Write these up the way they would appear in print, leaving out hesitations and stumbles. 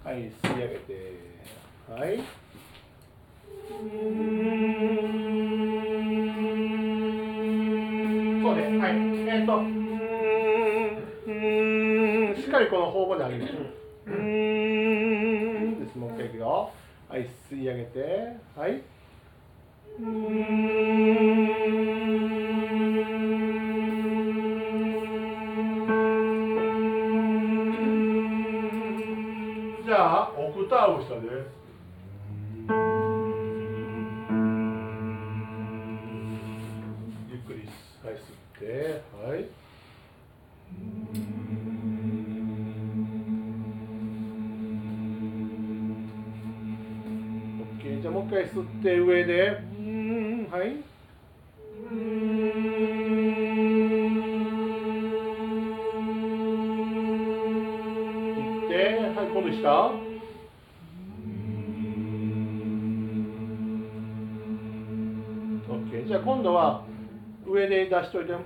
はい、吸い上げて、はい。そうです。はい。しっかりこの頬骨上げます。です。もう一回いくよ。はい、吸い上げて、はい。じゃあ、オクターブ下です。ゆっくり、はい、吸って、はい。OK。じゃあ、もう一回吸って上で、はい。切って、はい、今度下。OK。じゃあ、今度は上で出しといて、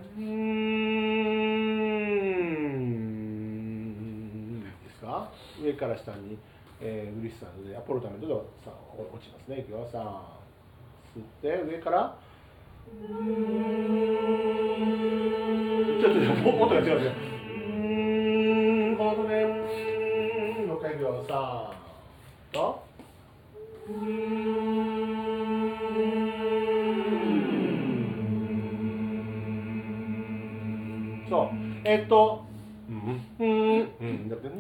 ですか？上から下に、グリッサンでアポロタメントでさ落ちますね。いくよ。さあ、吸って上から。ちょっと音が違うんですよ。このね、もう一回いくよ。さあ、と。そう。だって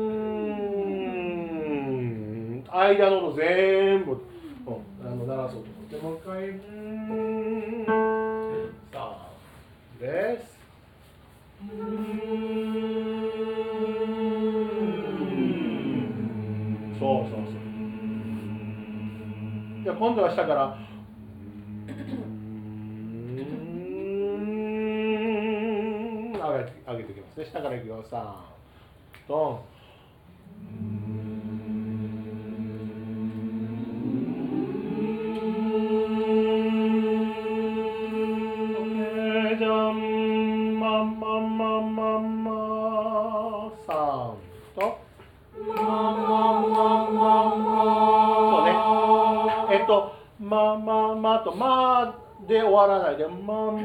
間の音全部鳴らそうと思って、もう一回さあです。そうそうそう。じゃあ今度は下から上げていきますね。下からいくよ。さあドン。とで終わらないでM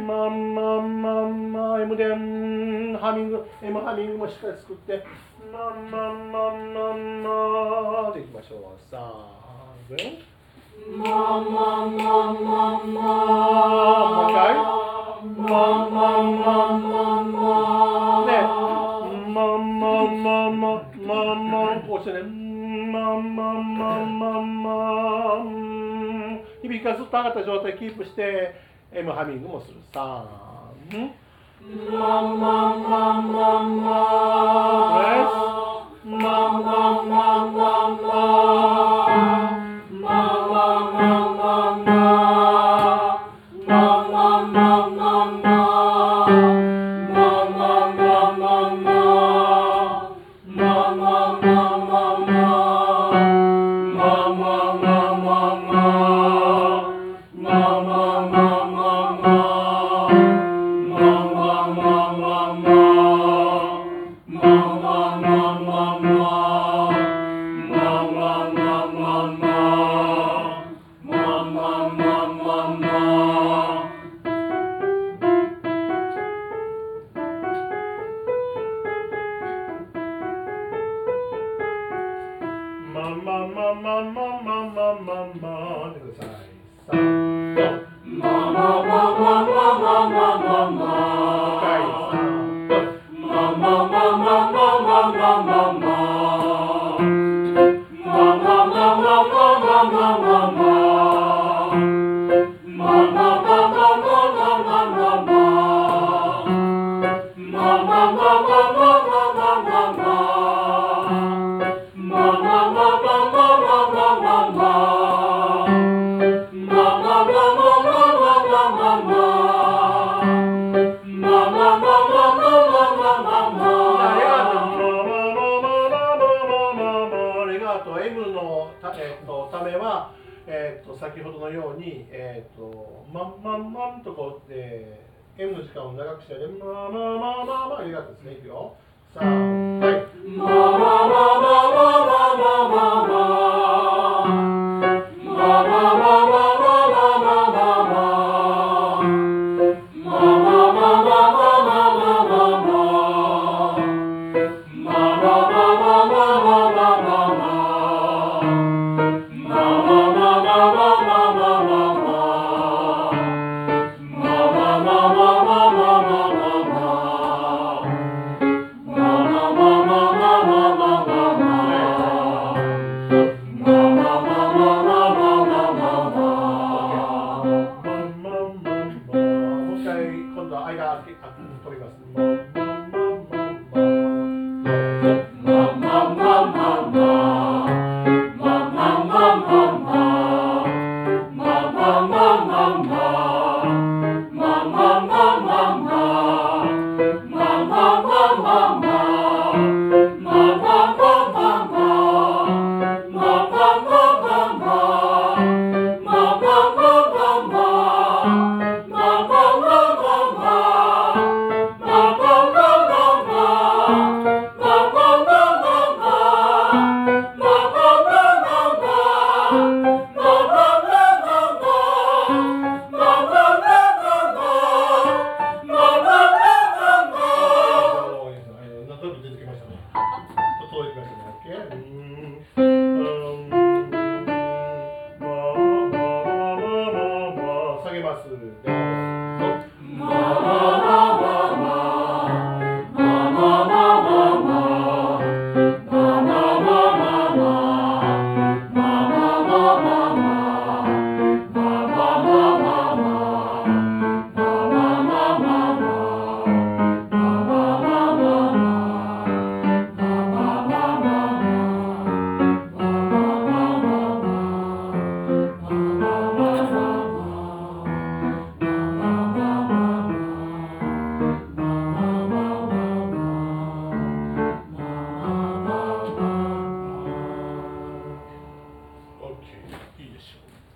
でMハミングもしっかり作ってでいきましょう。さあもう一回こうしてね響きがずっと上がった状態キープして M ハミングもする。3ためは、先ほどのように、とこう、M の時間を長くして、ありがとうですね。いくよ。さあ、はい。 OK